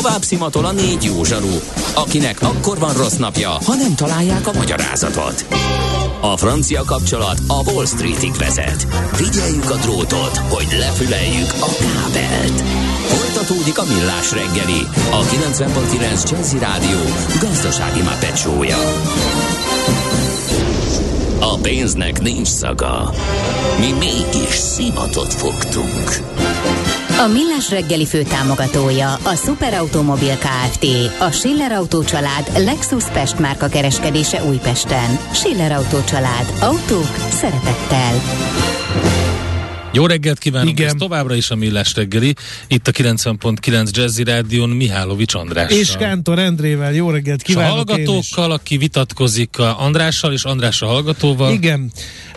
tovább szimatol a 4 jó zsaru, akinek akkor van rossz napja, ha nem találják a magyarázatot. A francia kapcsolat a Wall Streetig vezet. Figyeljük a drótot, hogy lefüleljük a kábelt. Folytatódik a Millás reggeli, a 90.9 Jazzy Rádió gazdasági mápecsója. A pénznek nincs szaga. Mi mégis szimatot fogtunk. A Millás reggeli főtámogatója a Superautomobil Kft. A Schiller Autó család Lexus Pest márka kereskedése Újpesten. Schiller Autó család. Autók szeretettel. Jó reggelt kívánunk, ez továbbra is a Millás reggeli, itt a 90.9 Jazzy Rádión Mihálovics Andrással. És Kántor Endrével, jó reggelt kívánok. És a hallgatókkal, aki vitatkozik a Andrással és András a hallgatóval. Igen.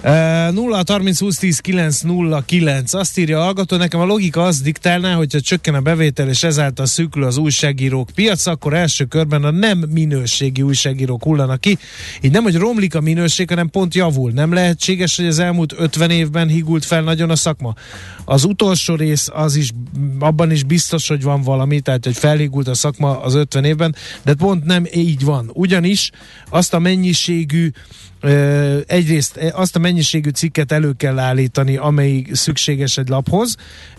0-30-20-10-9-0-9. Azt írja a hallgató, nekem a logika az diktálná, hogyha csökken a bevétel és ezáltal szűkül az újságírók piaca, akkor első körben a nem minőségi újságírók hullanak ki. Így nem, hogy romlik a minőség, hanem pont javul. Nem lehetséges, hogy az elmúlt 50 évben higult fel nagyon a szakma. Az utolsó rész az is, abban is biztos, hogy van valami, tehát hogy felhigult a szakma az 50 évben, de pont nem így van. Ugyanis azt a mennyiségű egyrészt azt a mennyiségű cikket elő kell állítani, amely szükséges egy laphoz,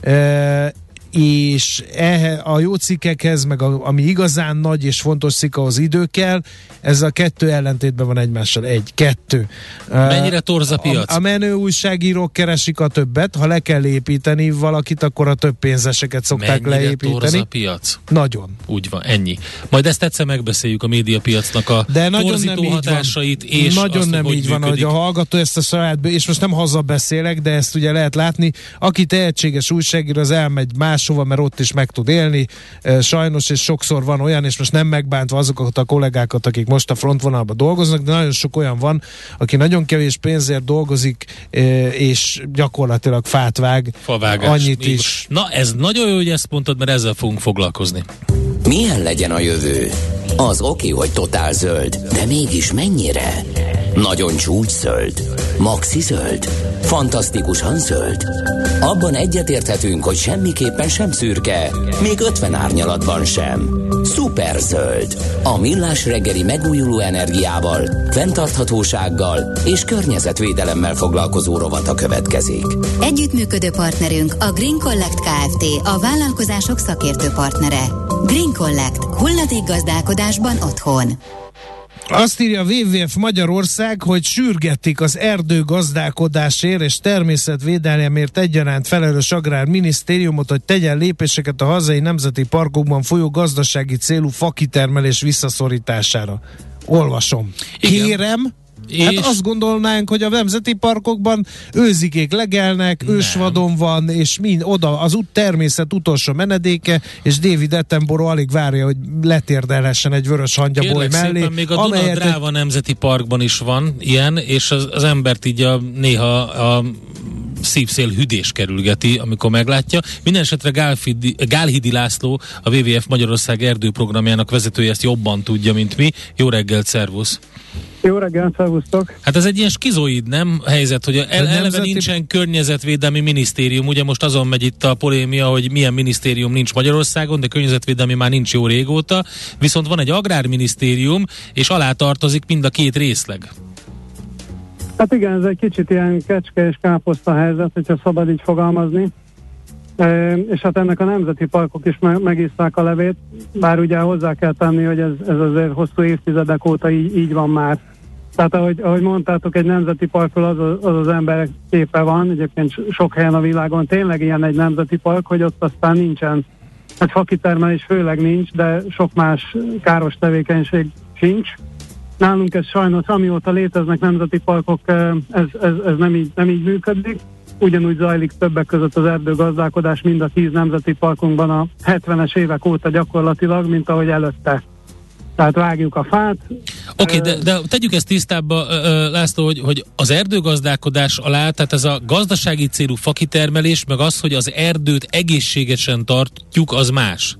és a jó cikkekhez, meg ami igazán nagy és fontos cikk, ahhoz idő kell, ez a kettő ellentétben van egymással. Kettő. Mennyire torz a piac? A menő újságírók keresik a többet, ha le kell építeni valakit, akkor a több pénzeseket szokták leépíteni. Mennyire torz a piac? Nagyon. Úgy van, ennyi. Majd ezt egyszer megbeszéljük, a médiapiacnak a torzító hatásait, és nagyon azt, nem hogy így van, hogy a hallgató ezt a saját, és most nem hazabeszélek, de ezt ugye lehet látni, aki tehetséges újságíró, az elmegy máshova, mert ott is meg tud élni, sajnos, és sokszor van olyan, és most nem megbántva azokat a kollégákat, akik most a frontvonalban dolgoznak, de nagyon sok olyan van, aki nagyon kevés pénzért dolgozik, és gyakorlatilag fát vág. Favágás. Annyit is. Na, ez nagyon jó, hogy ezt mondtad, mert ezzel fogunk foglalkozni. Milyen legyen a jövő? Az oké, hogy totál zöld, de mégis mennyire? Nagyon csúcszöld? Maxi zöld? Fantasztikusan zöld? Abban egyetérthetünk, hogy semmiképpen sem szürke, még 50 árnyalatban sem. Szuper zöld. A Millás reggeli megújuló energiával, fenntarthatósággal és környezetvédelemmel foglalkozó rovata következik. Együttműködő partnerünk a Green Collect Kft. A vállalkozások szakértő partnere. Green Collect. Hulladékgazdálkodásban otthon. Azt írja a WWF Magyarország, hogy sürgetik az erdőgazdálkodásért és természetvédelemért egyaránt felelős agrárminisztériumot, hogy tegyen lépéseket a hazai nemzeti parkokban folyó gazdasági célú fakitermelés visszaszorítására. Olvasom. Igen. Kérem, hát azt gondolnánk, hogy a nemzeti parkokban őzikék legelnek, ősvadon van, és oda az természet utolsó menedéke, és David Attenborough alig várja, hogy letérdelhessen egy vörös hangyaboly mellé. Szépen, még a Duna-Dráva Nemzeti Parkban is van ilyen, és az embert így néha a szívszél hüdés kerülgeti, amikor meglátja. Minden esetre Gálhidi László, a WWF Magyarország erdőprogramjának vezetője ezt jobban tudja, mint mi. Jó reggelt, szervusz! Jó reggelt, szervusztok! Hát ez egy ilyen skizoid, nem helyzet, hogy eleve nincsen környezetvédelmi minisztérium, ugye most azon megy itt a polémia, hogy milyen minisztérium nincs Magyarországon, de környezetvédelmi már nincs jó régóta, viszont van egy agrárminisztérium, és alá tartozik mind a két részleg. Hát igen, ez egy kicsit ilyen kecske és káposzta helyzet, hogyha szabad így fogalmazni. És hát ennek a nemzeti parkok is megiszták a levét, bár ugye hozzá kell tenni, hogy ez azért hosszú évtizedek óta így van már. Tehát ahogy mondtátok, egy nemzeti parkról az ember képe van, egyébként sok helyen a világon tényleg ilyen egy nemzeti park, hogy ott aztán nincsen, hát fakitermelés főleg nincs, de sok más káros tevékenység sincs. Nálunk ez sajnos, amióta léteznek nemzeti parkok, ez nem így működik. Ugyanúgy zajlik többek között az erdőgazdálkodás mind a 10 nemzeti parkunkban a 70-es évek óta gyakorlatilag, mint ahogy előtte. Tehát vágjuk a fát. Oké, de tegyük ezt tisztába, László, hogy az erdőgazdálkodás alá, tehát ez a gazdasági célú fakitermelés, meg az, hogy az erdőt egészségesen tartjuk, az más.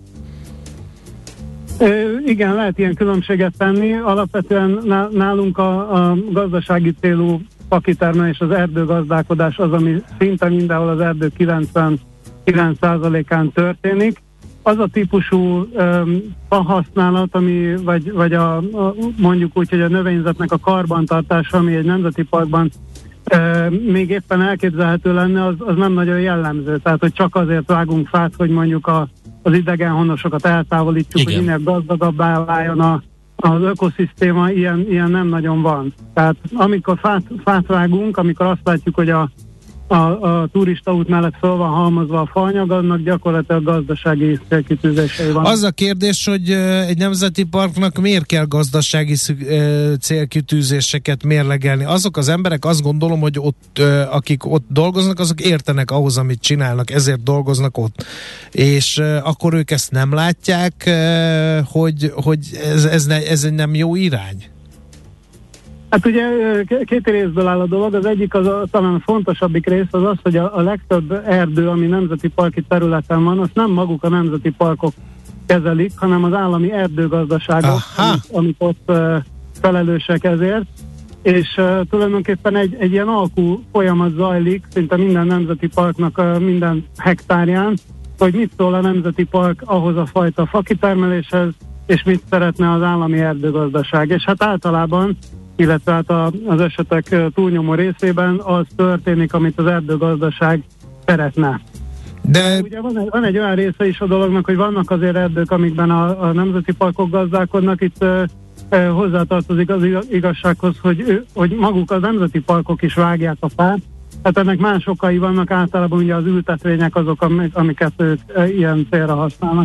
Igen, lehet ilyen különbséget tenni. Alapvetően nálunk a gazdasági célú fakitermelés, az erdőgazdálkodás az, ami szinte mindenhol az erdő 99%-án történik. az a típusú használat, ami, vagy mondjuk úgy, hogy a növényzetnek a karbantartása, ami egy nemzeti parkban még éppen elképzelhető lenne, az nem nagyon jellemző. Tehát, hogy csak azért vágunk fát, hogy mondjuk az idegen honosokat eltávolítsuk, hogy minél gazdagabbá váljon az ökoszisztéma, ilyen nem nagyon van. Tehát amikor fát vágunk, amikor azt látjuk, hogy a turistaút mellett fel van halmozva a faanyag, annak gyakorlatilag gazdasági célkitűzései van. Az a kérdés, hogy egy nemzeti parknak miért kell gazdasági célkitűzéseket mérlegelni? Azok az emberek, azt gondolom, hogy ott, akik ott dolgoznak, azok értenek ahhoz, amit csinálnak, ezért dolgoznak ott. És akkor ők ezt nem látják, hogy ez nem jó irány? Hát ugye két részből áll a dolog, az egyik talán a fontosabbik rész az, hogy a legtöbb erdő, ami nemzeti parki területen van, azt nem maguk a nemzeti parkok kezelik, hanem az állami erdőgazdaságok, amik ott felelősek ezért, és tulajdonképpen egy ilyen alkú folyamat zajlik, szinte minden nemzeti parknak minden hektárján, hogy mit szól a nemzeti park ahhoz a fajta fakitermeléshez, és mit szeretne az állami erdőgazdaság. És hát általában, illetve hát az esetek túlnyomó részében az történik, amit az erdőgazdaság szeretne. De ugye van egy olyan része is a dolognak, hogy vannak azért erdők, amikben a nemzeti parkok gazdálkodnak. Itt hozzátartozik az igazsághoz, hogy maguk a nemzeti parkok is vágják a fát. Hát ennek más okai vannak, általában ugye az ültetvények azok, amiket ők ilyen célra használnak.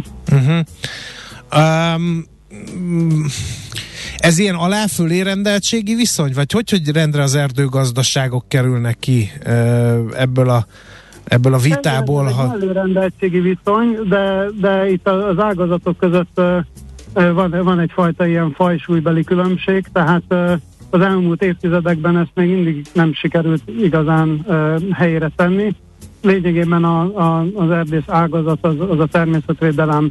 Ez ilyen alá-fölé rendeltségi viszony? Vagy hogy rendre az erdőgazdaságok kerülnek ki ebből a vitából? Ez egy előrendeltségi viszony, de itt az ágazatok között van egyfajta ilyen fajsúlybeli különbség, tehát az elmúlt évtizedekben ezt még mindig nem sikerült igazán helyére tenni. Lényegében az erdész ágazat az a természetvédelem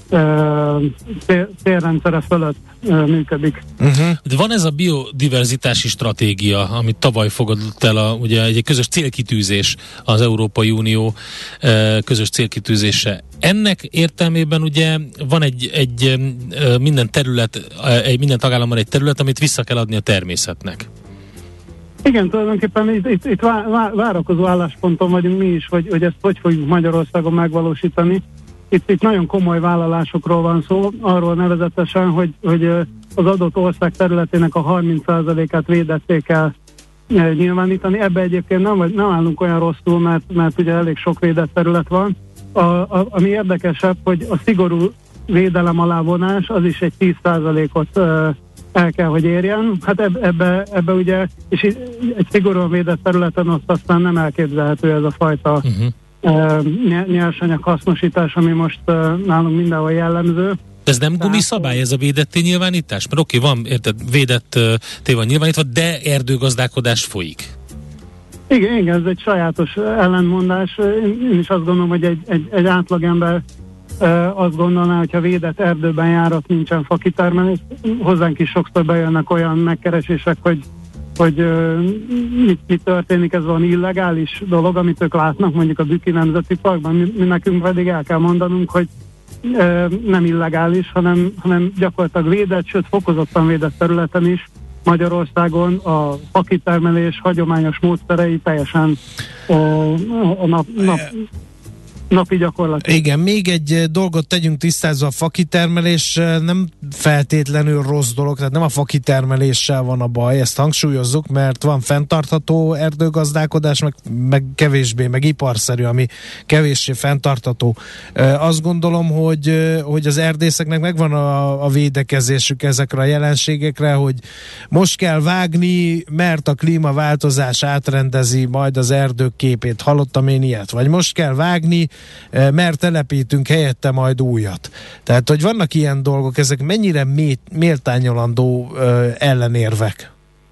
célrendszere fölött működik. De van ez a biodiverzitási stratégia, amit tavaly fogadott el ugye egy közös célkitűzés, az Európai Unió közös célkitűzése. Ennek értelmében ugye van egy minden terület, minden tagállamban egy terület, amit vissza kell adni a természetnek. Igen, tulajdonképpen itt várakozó állásponton vagyunk mi is, hogy ezt hogy fogjuk Magyarországon megvalósítani. Itt nagyon komoly vállalásokról van szó, arról nevezetesen, hogy az adott ország területének a 30%-át védetté kell nyilvánítani. Ebbe egyébként nem állunk olyan rosszul, mert ugye elég sok védett terület van. Ami érdekesebb, hogy a szigorú védelem alá vonás az is egy 10%-ot el kell, hogy érjen. Hát ebbe ugye, és egy szigorúan védett területen azt aztán nem elképzelhető ez a fajta nyersanyag hasznosítás, ami most nálunk mindenhol jellemző. De ez nem gumiszabály, ez a védetté nyilvánítás? Mert oké, van, érted, védetté van nyilvánítva, de erdőgazdálkodás folyik. Igen, ez egy sajátos ellentmondás. Én is azt gondolom, hogy egy átlagember azt gondolná, hogyha védett erdőben járat, nincsen fakitermelés. Hozzánk is sokszor bejönnek olyan megkeresések, hogy mi történik, ez van illegális dolog, amit ők látnak, mondjuk a Bükki Nemzeti Parkban, mi nekünk pedig el kell mondanunk, hogy nem illegális, hanem gyakorlatilag védett, sőt fokozottan védett területen is Magyarországon a fakitermelés hagyományos módszerei teljesen napi gyakorlat. Igen, még egy dolgot tegyünk tisztázva, a fakitermelés nem feltétlenül rossz dolog, tehát nem a fakitermeléssel van a baj, ezt hangsúlyozzuk, mert van fenntartható erdőgazdálkodás, meg kevésbé, meg iparszerű, ami kevéssé fenntartható. Azt gondolom, hogy az erdészeknek megvan a védekezésük ezekre a jelenségekre, hogy most kell vágni, mert a klímaváltozás átrendezi majd az erdők képét. Hallottam én ilyet. Vagy most kell vágni, mert telepítünk helyette majd újat. Tehát, hogy vannak ilyen dolgok, ezek mennyire méltányolandó ellenérvek?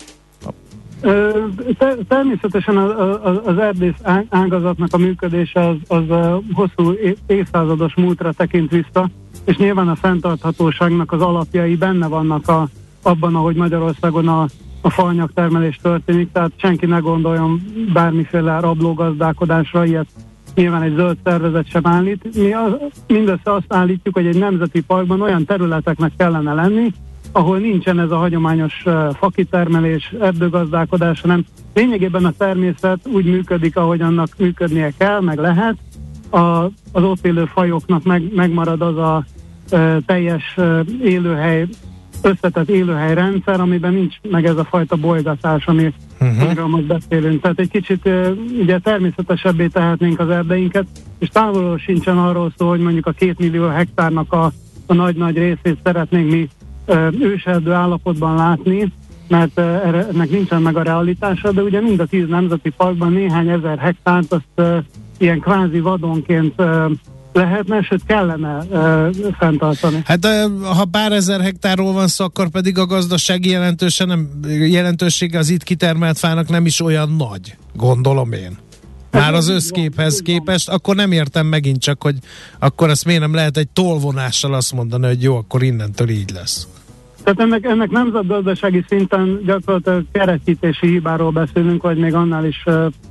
Természetesen az erdész ágazatnak a működése az hosszú évszázados múltra tekint vissza, és nyilván a fenntarthatóságnak az alapjai benne vannak abban, ahogy Magyarországon a faanyagtermelés történik, tehát senki ne gondoljon bármiféle rablógazdálkodásra, ilyet nyilván egy zöld szervezet sem állít. Mi mindössze azt állítjuk, hogy egy nemzeti parkban olyan területeknek kellene lenni, ahol nincsen ez a hagyományos fakitermelés, erdőgazdálkodás, hanem lényegében a természet úgy működik, ahogy annak működnie kell, meg lehet. Az ott élő fajoknak megmarad az a teljes élőhely, összetett élőhelyrendszer, amiben nincs meg ez a fajta bolygatás, amiről most beszélünk. Tehát egy kicsit ugye természetesebbé tehetnénk az erdeinket, és távolról sincsen arról szó, hogy mondjuk a 2 millió hektárnak a nagy-nagy részét szeretnénk mi őserdő állapotban látni, mert ennek nincsen meg a realitása, de ugye mind a 10 nemzeti parkban néhány ezer hektárt azt ilyen kvázi vadonként lehetne, sőt kellene fenntartani. Hát ha pár ezer hektárról van szó, akkor pedig a gazdasági jelentősége az itt kitermelt fának nem is olyan nagy, gondolom én. Már az összképhez képest, akkor nem értem megint csak, hogy akkor ezt miért nem lehet egy tollvonással azt mondani, hogy jó, akkor innentől így lesz. Tehát ennek nemzetgazdasági szinten gyakorlatilag kerekítési hibáról beszélünk, vagy még annál is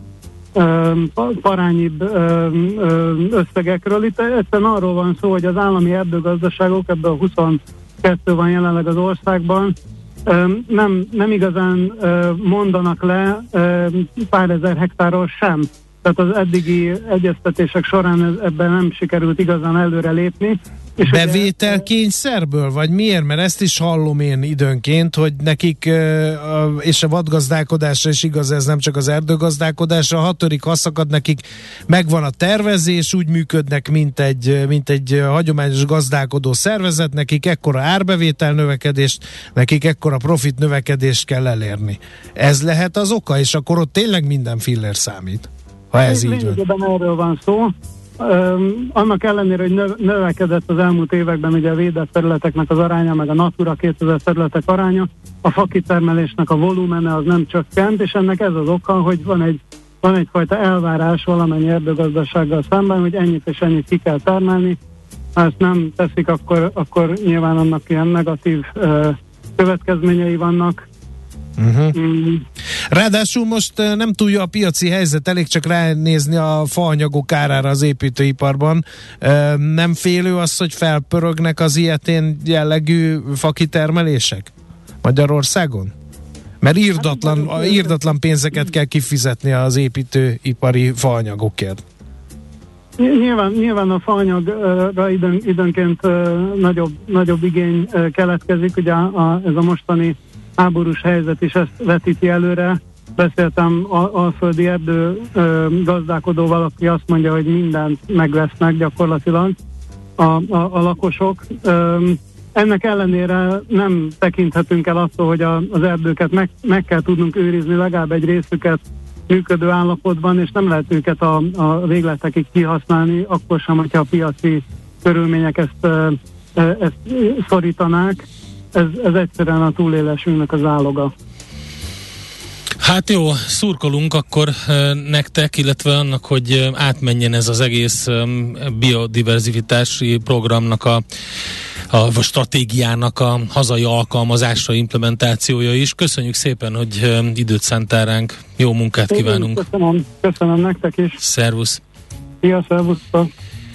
parányibb összegekről. Itt egyszerűen arról van szó, hogy az állami erdőgazdaságok, ebből 22 van jelenleg az országban, nem igazán mondanak le pár ezer hektárról sem. Tehát az eddigi egyeztetések során ebben nem sikerült igazán előre lépni. És bevételkényszerből? Vagy miért? Mert ezt is hallom én időnként, hogy nekik, és a vadgazdálkodásra is igaz, ez nem csak az erdőgazdálkodásra, a 6. haszakad nekik megvan a tervezés, úgy működnek, mint egy hagyományos gazdálkodó szervezet, nekik ekkora árbevétel növekedést, nekik ekkora profit növekedést kell elérni. Ez lehet az oka, és akkor ott tényleg minden fillér számít, ha ez így van. Erről van szó. Annak ellenére, hogy növekedett az elmúlt években ugye a védett területeknek az aránya, meg a Natura 2000 területek aránya, a fakitermelésnek a volumene az nem csökkent, és ennek ez az oka, hogy van egyfajta elvárás valamennyi erdőgazdasággal szemben, hogy ennyit és ennyit ki kell termelni. Ha ezt nem teszik, akkor nyilván annak ilyen negatív következményei vannak. Ráadásul most nem túl jó a piaci helyzet, elég csak ránézni a faanyagok árára az építőiparban. Nem félő az, hogy felpörögnek az ilyetén jellegű fakitermelések Magyarországon? Mert irdatlan pénzeket kell kifizetni az építőipari faanyagokért. Nyilván a faanyagra időnként nagyobb igény keletkezik, ugye ez a mostani háborús helyzet is ezt vetíti előre. Beszéltem alföldi erdő gazdálkodóval, aki azt mondja, hogy mindent megvesznek gyakorlatilag a lakosok. Ennek ellenére nem tekinthetünk el attól, hogy az erdőket meg kell tudnunk őrizni, legalább egy részüket működő állapotban, és nem lehet őket a végletekig kihasználni, akkor sem, hogyha a piaci körülmények ezt szorítanák. Ez egyszerűen a túlélésünknek az áloga. Hát jó, szurkolunk akkor nektek, illetve annak, hogy átmenjen ez az egész biodiverzitási programnak a stratégiának a hazai alkalmazása, implementációja is. Köszönjük szépen, hogy időt szántál ránk. Jó munkát kívánunk. Köszönöm nektek is. Szervusz. Szia, szervusztok.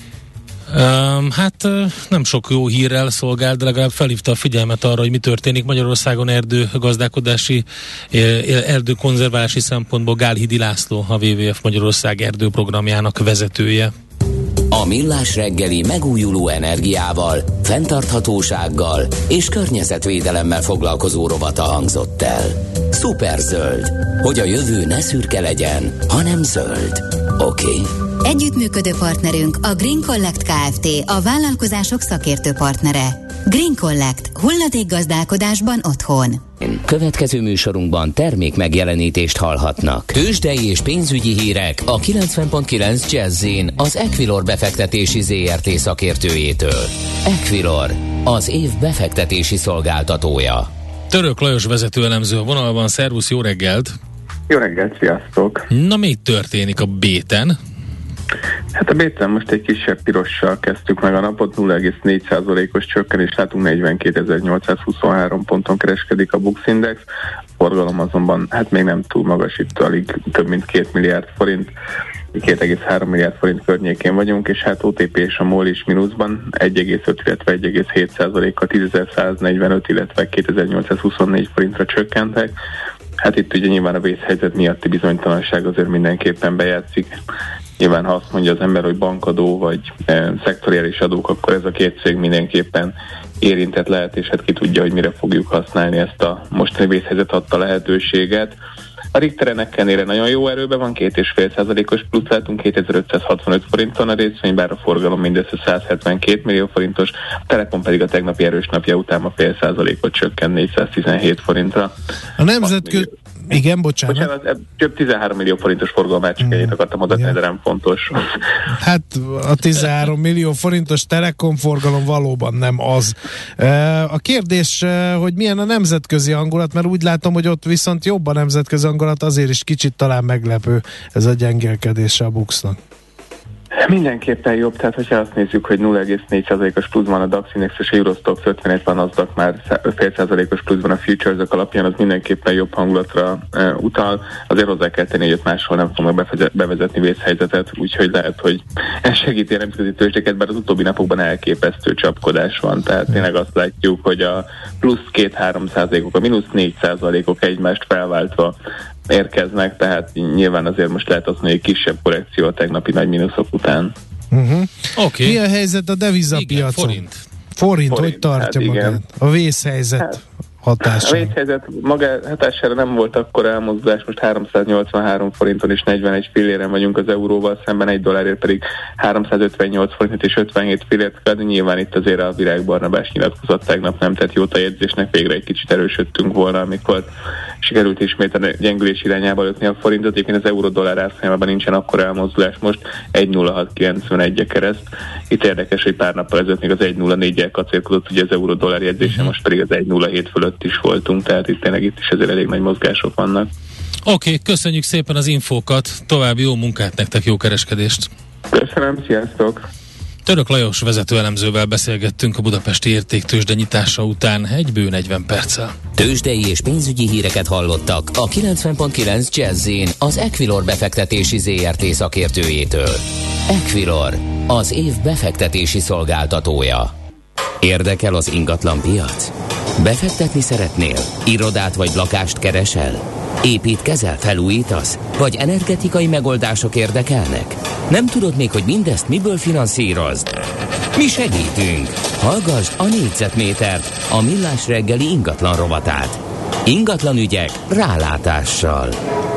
Hát nem sok jó hírrel szolgál, de legalább felhívta a figyelmet arra, hogy mi történik Magyarországon erdőgazdálkodási, erdőkonzerválási szempontból. Gálhidi László, a WWF Magyarország erdőprogramjának vezetője. A Millás reggeli megújuló energiával, fenntarthatósággal és környezetvédelemmel foglalkozó rovata hangzott el. Szuperzöld, hogy a jövő ne szürke legyen, hanem zöld. Oké. Együttműködő partnerünk a Green Collect Kft., a vállalkozások szakértő partnere. Green Collect. Hulladékgazdálkodásban otthon. Következő műsorunkban termék megjelenítést hallhatnak. Tőzsdei és pénzügyi hírek a 90.9 Jazz-in az Equilor befektetési ZRT szakértőjétől. Equilor, az év befektetési szolgáltatója. Török Lajos vezető elemző a vonalban. Szervusz, jó reggelt! Jó reggelt, sziasztok! Na, mi történik a béten? Hát a B-ten most egy kisebb pirossal kezdtük meg a napot, 0,4%-os csökkenés, látunk 42.823 ponton kereskedik a Bux Index, a forgalom azonban hát még nem túl magas, itt alig több mint 2 milliárd forint, 2,3 milliárd forint környékén vagyunk, és hát OTP és a MOL is mínuszban 1,5, illetve 1,7%-kal 10.145, illetve 2.824 forintra csökkentek. Hát itt ugye nyilván a vészhelyzet miatti bizonytalanság azért mindenképpen bejátszik. Nyilván ha azt mondja az ember, hogy bankadó vagy szektoriális adók, akkor ez a két cég mindenképpen érintett lehet, és hát ki tudja, hogy mire fogjuk használni ezt a mostani vészhelyzet adta lehetőséget. A Richteren ennél nagyon jó erőben van, 2,5%-os plusz látunk, 2565 forinton a részvény, bár a forgalom mindössze 172 millió forintos, a Telekom pedig a tegnapi erős napja után a 0,5%-ot csökkent 417 forintra. A nemzetközi... Igen, bocsánat. Több 13 millió forintos forgalmát csak ennyit akartam adatni, de nem fontos. Hát a 13 millió forintos Telekom forgalom valóban nem az. A kérdés, hogy milyen a nemzetközi hangulat, mert úgy látom, hogy ott viszont jobb a nemzetközi hangulat, azért is kicsit talán meglepő ez a gyengélkedése a Buxnak. Mindenképpen jobb, tehát hogyha azt nézzük, hogy 0,4%-os pluszban a DAX Index és a Eurostoxx 51 van, az már 0,5%-os pluszban a futures-ök alapján, az mindenképpen jobb hangulatra utal. Azért hozzá kell tenni, hogy ott máshol nem fognak bevezetni vészhelyzetet, úgyhogy lehet, hogy ez segíti a nemzetközi tőzsdéket, bár az utóbbi napokban elképesztő csapkodás van. Tehát tényleg azt látjuk, hogy a plusz 2-3%-ok, a mínusz 4%-ok egymást felváltva érkeznek, tehát nyilván azért most lehet azt mondani, hogy kisebb korrekció a tegnapi nagy mínuszok után. Okay. Mi a helyzet a devizapiacon? Forint, hogy tartja magát? Igen. A vészhelyzet hatására. A vészhelyzet hatására nem volt akkor elmozdulás, most 383 forinton és 41 filléren vagyunk az euróval, szemben egy dollárért pedig 358 forintot és 57 fillért kell, de nyilván itt azért a Virág Barnabás nyilatkozott tegnap nem tett jót a jegyzésnek, végre egy kicsit erősödtünk volna, amikor sikerült ismét a gyengülés irányába lökni a forintot, egyébként az euró-dollár árfolyamában nincsen akkora elmozdulás, most 1.0691-e kereszt. Itt érdekes, hogy pár nappal ezelőtt még az 1.04-el kacérkodott ugye az euró-dollár jegyzése, most pedig az 1.07 fölött is voltunk, tehát itt tényleg itt is ezért elég nagy mozgások vannak. Oké, köszönjük szépen az infókat, további jó munkát nektek, jó kereskedést! Köszönöm, sziasztok! Török Lajos vezetőelemzővel beszélgettünk a budapesti értéktőzsde nyitása után egy bő 40 perccel. Tőzsdei és pénzügyi híreket hallottak a 90.9 Jazz-in az Equilor befektetési ZRT szakértőjétől. Equilor, az év befektetési szolgáltatója. Érdekel az ingatlan piac? Befektetni szeretnél? Irodát vagy lakást keresel? Építkezel, felújítasz? Vagy energetikai megoldások érdekelnek? Nem tudod még, hogy mindezt miből finanszírozd? Mi segítünk! Hallgasd a Négyzetmétert, a Millás reggeli ingatlan rovatát. Ingatlan ügyek rálátással.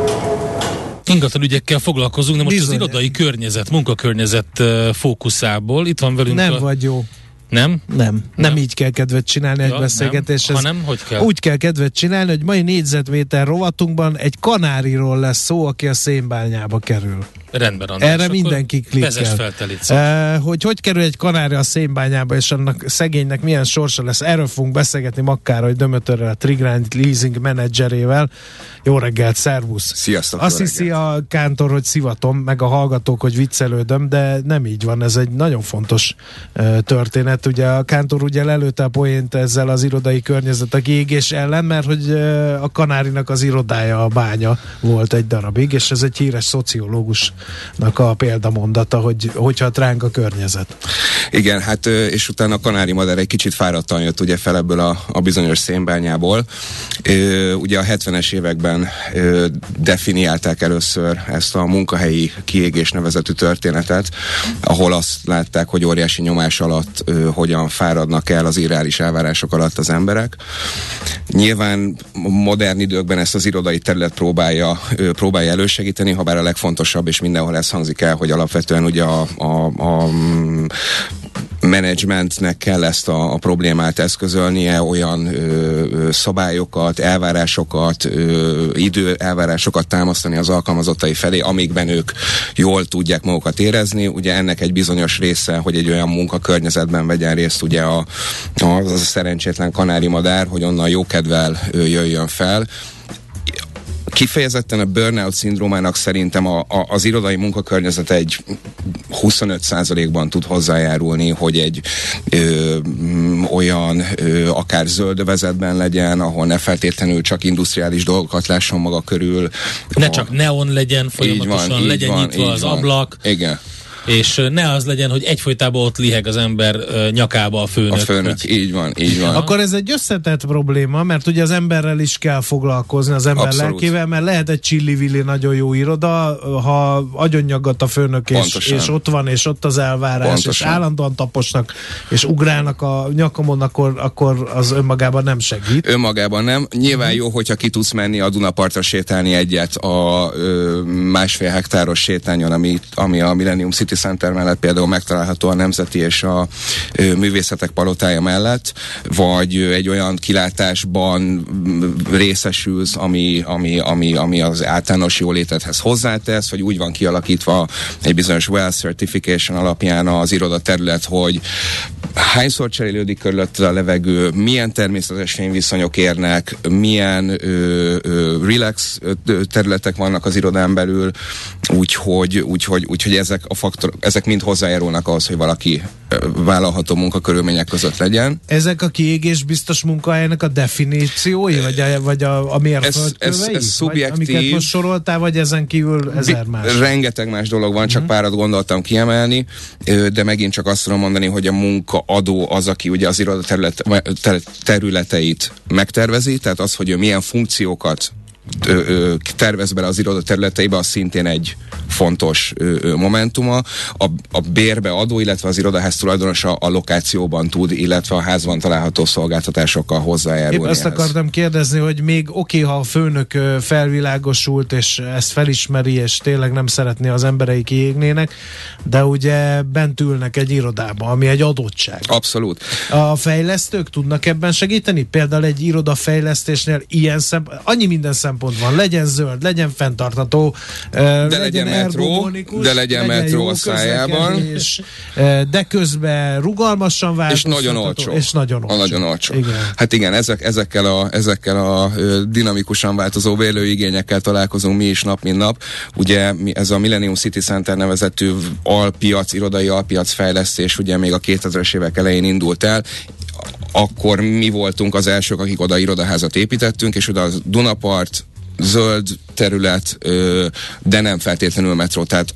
Ingatlan ügyekkel foglalkozunk, de most az irodai környezet, munkakörnyezet fókuszából. Itt van velünk nem vagy jó. Nem? Nem így kell kedvet csinálni egy beszélgetéshez. Hanem hogy kell? Úgy kell kedvet csinálni, hogy mai Négyzetméter rovatunkban egy kanáriról lesz szó, aki a szénbányába kerül. Rendben, András. Erre mindenki klikkel. Hogy kerül egy kanári a szénbányába, és annak szegénynek milyen sorsa lesz. Erről fogunk beszélgetni Makkárai Dömötörrel, a Trigrány Leasing menedzserével. Jó reggelt, szervusz! Sziasztok! Azt hiszi a Kántor, hogy szivatom, meg a hallgatók, hogy viccelődöm, de nem így van. Ez egy nagyon fontos történet. Ugye a Kántor ugye lelőtte a poént ezzel az irodai környezet a kiégés ellen, mert hogy a kanárinak az irodája a bánya volt egy darabig, és ez egy híres szociológus a példamondata, hogyha tránk a környezet. Igen, hát és utána a kanári madár egy kicsit fáradtan jött ugye fel ebből a bizonyos szénbányából. Ugye a 70-es években definiálták először ezt a munkahelyi kiégés nevezetű történetet, ahol azt látták, hogy óriási nyomás alatt hogyan fáradnak el az irreális elvárások alatt az emberek. Nyilván modern időkben ezt az irodai terület próbálja elősegíteni, ha bár a legfontosabb, és mindenhol ez hangzik el, hogy alapvetően ugye a menedzsmentnek kell ezt a problémát eszközölnie, olyan szabályokat, elvárásokat, elvárásokat támasztani az alkalmazottai felé, amikben ők jól tudják magukat érezni. Ugye ennek egy bizonyos része, hogy egy olyan munkakörnyezetben vegyen részt ugye az a szerencsétlen kanári madár, hogy onnan jókedvel jöjjön fel. kifejezetten a burnout szindrómának szerintem az irodai munkakörnyezet egy 25%-ban tud hozzájárulni, hogy egy olyan akár zöld övezetben legyen, ahol ne feltétlenül csak industriális dolgokat lásson maga körül. Ne csak neon legyen folyamatosan, legyen nyitva az ablak. Igen. És ne az legyen, hogy egyfolytában ott liheg az ember nyakába a főnök. A főnök, hogy... így van. Akkor ez egy összetett probléma, mert ugye az emberrel is kell foglalkozni, az ember abszolút. Lelkével, mert lehet egy csillivilli nagyon jó iroda, ha agyonnyaggat a főnök, és ott van, és ott az elvárás, pontosan. És állandóan taposnak, és ugrálnak a nyakamon, akkor az önmagában nem segít. Önmagában nem. Nyilván jó, hogyha ki tudsz menni a Dunapartra sétálni egyet a 1,5 hektáros sétányon, ami a Millennium City Center mellett például megtalálható a Nemzeti és a Művészetek Palotája mellett, vagy egy olyan kilátásban részesülsz, ami az általános jólétedhez hozzátesz, vagy úgy van kialakítva egy bizonyos WELL Certification alapján az irodaterület, hogy hányszor cserélődik körülötted a levegő, milyen természetes fényviszonyok érnek, milyen relax területek vannak az irodán belül, úgyhogy ezek a faktorok, ezek mind hozzájárulnak ahhoz, hogy valaki vállalható munkakörülmények között legyen. Ezek a kiégésbiztos munkahelynek a definíciói, vagy a mérföldkövei? Ez szubjektív. Amiket most soroltál, vagy ezen kívül ezer más? Rengeteg más dolog van, csak párat gondoltam kiemelni, de megint csak azt tudom mondani, hogy a munkaadó az, aki ugye az iroda területeit megtervezi, tehát az, hogy ő milyen funkciókat tervez bele az iroda területeibe, az szintén egy fontos momentuma. A bérbeadó, illetve az irodaház tulajdonosa a lokációban tud, illetve a házban található szolgáltatásokkal hozzájárulni. Épp ezt akartam kérdezni, hogy még ha a főnök felvilágosult, és ezt felismeri, és tényleg nem szeretné az emberei kiégnének, de ugye bent ülnek egy irodába, ami egy adottság. Abszolút. A fejlesztők tudnak ebben segíteni? Például egy irodafejlesztésnél annyi minden szempont van. Legyen zöld, legyen fenntartható, legyen ergonomikus, de legyen metró a szájában. De közben rugalmasan változtatható. És nagyon olcsó. Igen. Hát igen, ezekkel a dinamikusan változó bérlőigényekkel találkozunk mi is nap, mint nap. Ugye ez a Millennium City Center nevezetű irodai alpiac fejlesztés ugye még a 2000-es évek elején indult el. Akkor mi voltunk az elsők, akik oda irodaházat építettünk, és oda a Dunapart, zöld terület, de nem feltétlenül metró. Tehát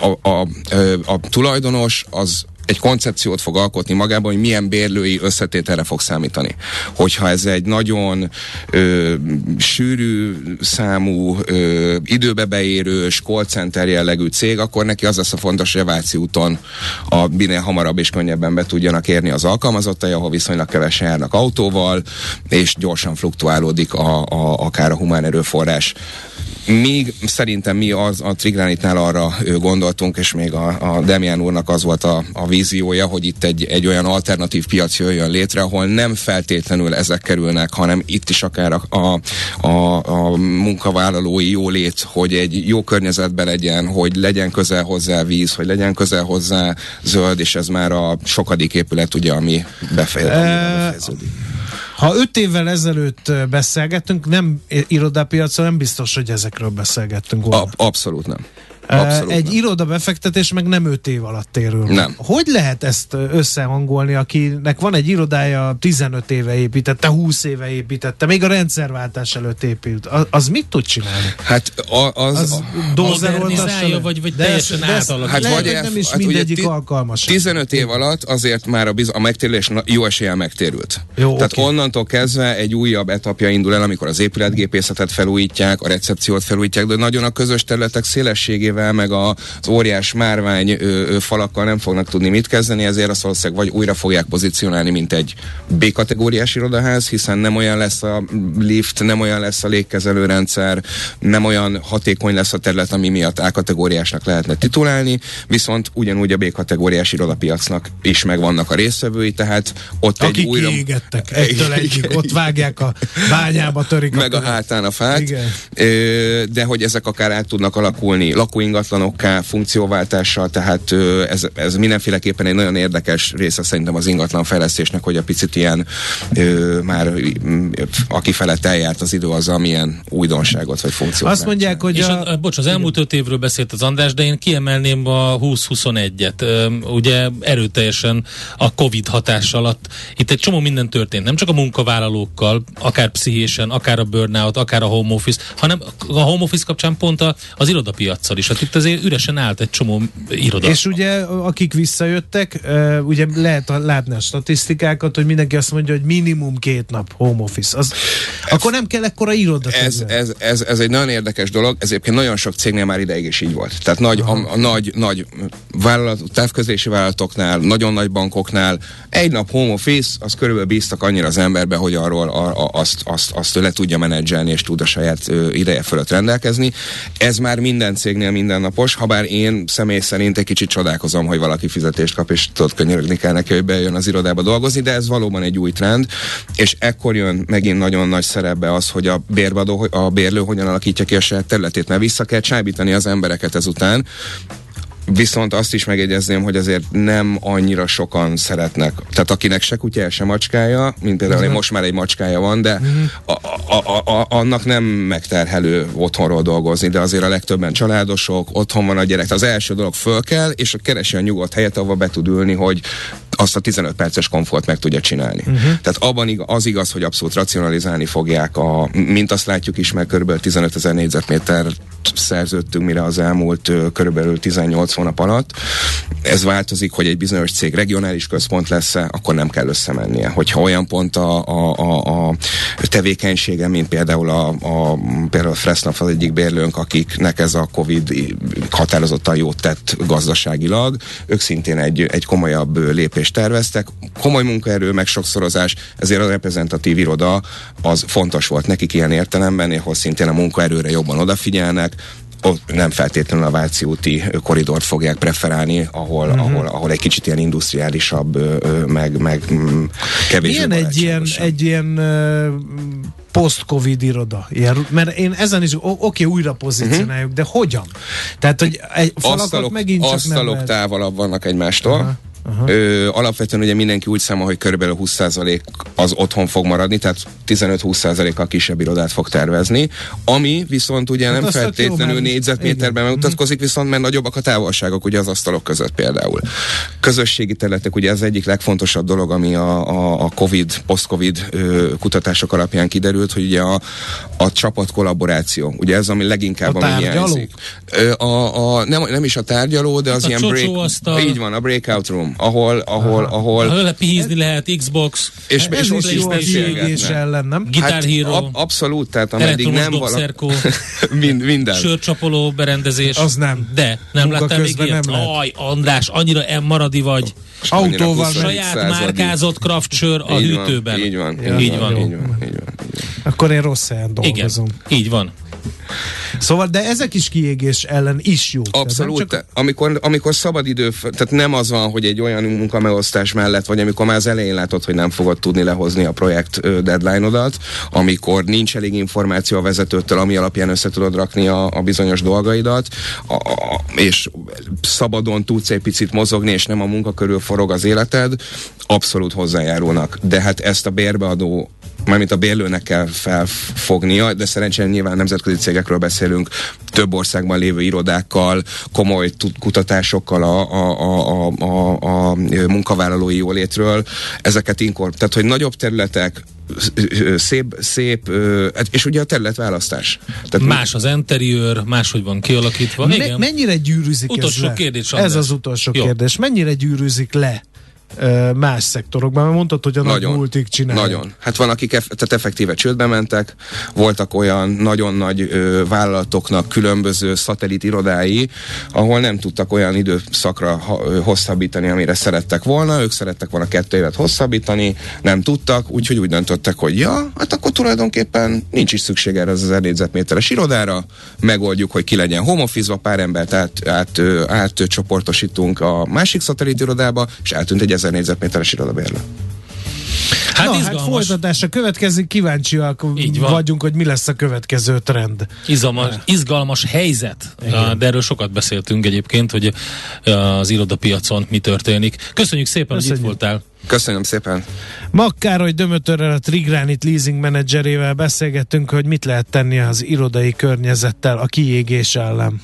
a tulajdonos az egy koncepciót fog alkotni magában, hogy milyen bérlői összetételre fog számítani. Hogyha ez egy nagyon sűrű számú, időbe beérős, call center jellegű cég, akkor neki az lesz a fontos, hogy a Váci úton minél hamarabb és könnyebben be tudjanak érni az alkalmazottai, ahol viszonylag kevesen járnak autóval, és gyorsan fluktuálódik akár a humán erőforrás. Szerintem mi a Trigranitnál arra gondoltunk, és még a Demián úrnak az volt a víziója, hogy itt egy olyan alternatív piac jöjjön létre, ahol nem feltétlenül ezek kerülnek, hanem itt is akár a munkavállalói jólét, hogy egy jó környezetben legyen, hogy legyen közel hozzá víz, hogy legyen közel hozzá zöld, és ez már a sokadik épület, ugye, ami befejeződik. Ha 5 évvel ezelőtt beszélgettünk, nem irodapiacon, nem biztos, hogy ezekről beszélgettünk volna. Abszolút nem. Egy iroda befektetés meg nem 5 év alatt térül. Nem. Hogy lehet ezt összehangolni, akinek van egy irodája, 15 éve építette, 20 éve építette, még a rendszerváltás előtt épült. Az mit tud csinálni? Hát az modernizálja, vagy teljesen átalakítja. Hát vagy nem is mindegyik alkalmas. 15 év alatt azért már a megtérülés jó eséllyel megtérült. Tehát onnantól kezdve egy újabb etapja indul el, amikor az épületgépészetet felújítják, a recepciót felújítják, de nagyon a közös területek szélességével meg az óriás márvány falakkal nem fognak tudni mit kezdeni, ezért azt valószínűleg vagy újra fogják pozícionálni, mint egy B-kategóriás irodaház, hiszen nem olyan lesz a lift, nem olyan lesz a légkezelőrendszer, nem olyan hatékony lesz a terület, ami miatt A-kategóriásnak lehetne titulálni, viszont ugyanúgy a B-kategóriás irodapiacnak is megvannak a résztvevői, tehát ott akik egy újra... kiégettek egytől egyik, ott vágják a bányába, törik meg a hátán a fát, de hogy ezek akár át tudnak alakulni lakóingatlan ingatlanokká funkcióváltással, tehát ez mindenféleképpen egy nagyon érdekes része szerintem az ingatlanfejlesztésnek, hogy a picit ilyen már aki felett eljárt az idő, az amilyen újdonságot vagy funkciót. Azt mondják, hogy az elmúlt 5 évről beszélt az András, de én kiemelném a 20-21-et. Ugye erőteljesen a Covid hatás alatt itt egy csomó minden történt. Nem csak a munkavállalókkal, akár pszichésen, akár a burnout, akár a home office, hanem a home office kapcsán pont az irodapiaccal is. Hát itt azért üresen állt egy csomó iroda. És ugye, akik visszajöttek, ugye lehet látni a statisztikákat, hogy mindenki azt mondja, hogy minimum 2 nap home office. Akkor nem kell ekkora iroda. Ez egy nagyon érdekes dolog, ez egyébként nagyon sok cégnél már ideig is így volt. Tehát nagy távközlési vállalatoknál, nagyon nagy bankoknál egy nap home office, az körülbelül bíztak annyira az emberbe, hogy arról azt le tudja menedzselni, és tud a saját ideje fölött rendelkezni. Ez már minden cégnél mindennapos, habár én személy szerint egy kicsit csodálkozom, hogy valaki fizetést kap, és tudod, könyörögni kell neki, hogy bejön az irodába dolgozni, de ez valóban egy új trend, és ekkor jön megint nagyon nagy szerepbe az, hogy a bérlő hogyan alakítja ki a saját területét, mert vissza kell csábítani az embereket ezután. Viszont azt is megjegyezném, hogy azért nem annyira sokan szeretnek. Tehát akinek se kutyája, se macskája, mint például most már egy macskája van, de annak nem megterhelő otthonról dolgozni, de azért a legtöbben családosok, otthon van a gyerek. Az első dolog föl kell, és keresi a nyugodt helyet, ahova be tud ülni, hogy azt a 15 perces komfort meg tudja csinálni. Tehát abban az igaz, hogy abszolút racionalizálni fogják, mint azt látjuk is, mert körülbelül 15 000 négyzetméter szerződtünk mire az elmúlt körülbelül 18 hónap alatt. Ez változik, hogy egy bizonyos cég regionális központ lesz-e, akkor nem kell összemennie. Hogyha olyan pont a tevékenysége, mint például például Fressnapf az egyik bérlőnk, akiknek ez a Covid határozottan jót tett gazdaságilag, ők szintén egy komolyabb lépést terveztek. Komoly munkaerő, meg sokszorozás, ezért a reprezentatív iroda az fontos volt nekik ilyen értelemben, ahol szintén a munkaerőre jobban odafigyelnek, ott nem feltétlenül a Váci úti korridort fogják preferálni, ahol egy kicsit ilyen industriálisabb, meg kevésbé. Milyen egy ilyen post-covid iroda? Mert én ezen is, újra pozícionáljuk, de hogyan? Tehát, hogy egy falakat megint csak asztalok távolabb vannak egymástól. Alapvetően ugye mindenki úgy számol, hogy körülbelül 20% az otthon fog maradni, tehát 15-20%-kal kisebb irodát fog tervezni, ami viszont ugye nem feltétlenül négyzetméterben megmutatkozik, viszont mert nagyobbak a távolságok ugye az asztalok között például. Közösségi területek, ugye ez egyik legfontosabb dolog, ami a Post-Covid kutatások alapján kiderült, hogy ugye a csapat kollaboráció, ugye ez, ami leginkább ami hiányzik. Nem is a tárgyaló, de az ilyen így van, a breakout room, ahol lepihízni lehet, Xbox, és ott jó a kiégés ellen, nem? Guitar Hero, abszolút, tehát ameddig nem minden. Sörcsapoló berendezés. Az nem. De nem láttál még ilyet? Aj, András, annyira maradi vagy. Autóval saját márkázott craft sör a hűtőben. Így van. Akkor én rossz helyen dolgozom. Igen, így van. Szóval, de ezek is kiégés ellen is jó. Abszolút. Csak... Amikor szabadidő, tehát nem az van, hogy egy olyan munkamegosztás mellett, vagy amikor már az elején látod, hogy nem fogod tudni lehozni a projekt deadline-odat, amikor nincs elég információ a vezetőtől, ami alapján össze tudod rakni a bizonyos dolgaidat, és szabadon tudsz egy picit mozogni, és nem a munka körül forog az életed, abszolút hozzájárulnak. De hát ezt a bérbeadó, mármint a bérlőnek kell felfognia, de szerencsére nyilván nemzetközi cégekről beszélünk, több országban lévő irodákkal, komoly kutatásokkal a munkavállalói jólétről, ezeket tehát hogy nagyobb területek, szép, és ugye a területválasztás. Tehát más az interiőr, máshogy van kialakítva. Mennyire gyűrűzik utolsó ez kérdés, le? Ez az utolsó kérdés. Mennyire gyűrűzik le más szektorokban, mert mondtad, hogy a nagy multik csinálják. Nagyon. Hát van, akik tehát effektíve csődbe mentek, voltak olyan nagyon nagy vállalatoknak különböző szatellit irodái, ahol nem tudtak olyan időszakra hosszabbítani, amire szerettek volna, ők szerettek volna 2 évet hosszabbítani, nem tudtak, úgyhogy úgy döntöttek, hogy hát akkor tulajdonképpen nincs is szükség erre az 1000 négyzetméteres irodára, megoldjuk, hogy ki legyen home office-ba, pár embert átcsoportosítunk a másik szatellit irodába, és eltűnt egy 1000 négyzetméteres irodabérlő. izgalmas. Folytatásra következik, kíváncsiak vagyunk, hogy mi lesz a következő trend. Izgalmas helyzet, de erről sokat beszéltünk egyébként, hogy az irodapiacon mi történik. Köszönjük szépen, hogy itt voltál. Köszönöm szépen. Károly Dömötörrel, a Trigranit leasing menedzserével beszélgettünk, hogy mit lehet tenni az irodai környezettel a kiégés ellen.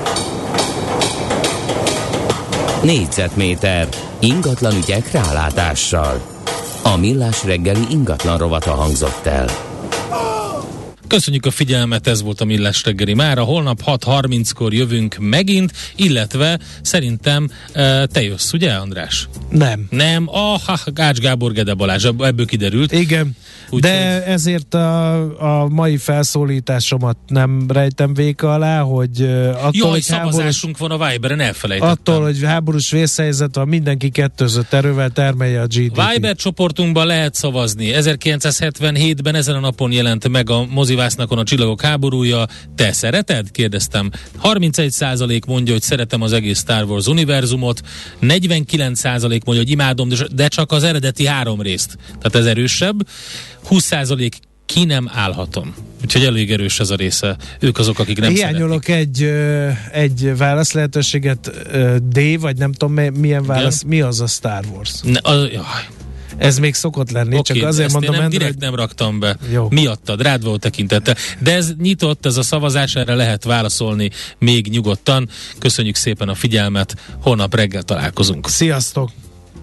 Négyzetméter ingatlan ügyek rálátással. A Millás reggeli ingatlan rovata hangzott el. Köszönjük a figyelmet, ez volt a Millás reggeli mára. Holnap 6:30-kor jövünk megint, illetve szerintem te jössz, ugye, András? Nem, Ács Gábor, Gede Balázs, ebből kiderült. Igen, de ezért a mai felszólításomat nem rejtem véka alá, hogy attól, hogy szavazásunk van a Viberen, elfelejtettem. Attól, hogy háborús vészhelyzet van, mindenki kettőzött erővel termelje a GDP. Viber csoportunkban lehet szavazni. 1977-ben ezen a napon jelent meg a mozivásznákon a Csillagok háborúja. Te szereted? Kérdeztem. 31% mondja, hogy szeretem az egész Star Wars univerzumot, 49% mondja, hogy imádom, de csak az eredeti 3 részt. Tehát ez erősebb. 20% ki nem állhatom. Úgyhogy elég erős ez a része. Ők azok, akik nem hiányolok egy válasz lehetőséget, D, vagy nem tudom milyen válasz. Mi az a Star Wars? Ez még szokott lenni, okay, csak azért mondom, én direkt nem raktam be. Jó. Miattad, rád volt tekintettel. De ez nyitott, ez a szavazás, erre lehet válaszolni még nyugodtan. Köszönjük szépen a figyelmet, holnap reggel találkozunk. Sziasztok!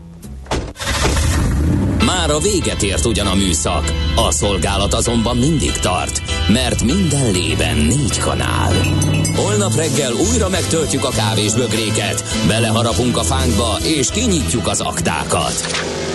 Már a véget ért ugyan a műszak, a szolgálat azonban mindig tart, mert minden lében 4 kanál. Holnap reggel újra megtöltjük a kávésbögréket, beleharapunk a fánkba és kinyitjuk az aktákat.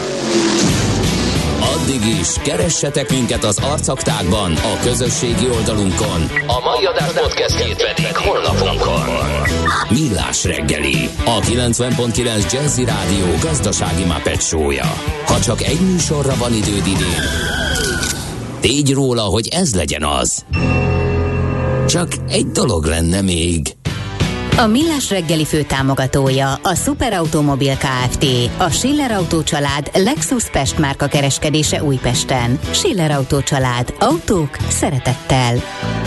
Addig is keressetek minket az arcaktákban, a közösségi oldalunkon. A mai adás podcastjét pedig honlapunkon. Millás reggeli, a 90.9 Jazzy Rádió gazdasági Muppet show-ja. Ha csak egy műsorra van időd idén, tégy róla, hogy ez legyen az. Csak egy dolog lenne még. A Millás reggeli főtámogatója a Superautomobil Kft. A Schiller Autó család Lexus Pest márka kereskedése Újpesten. Schiller Autó család. Autók szeretettel.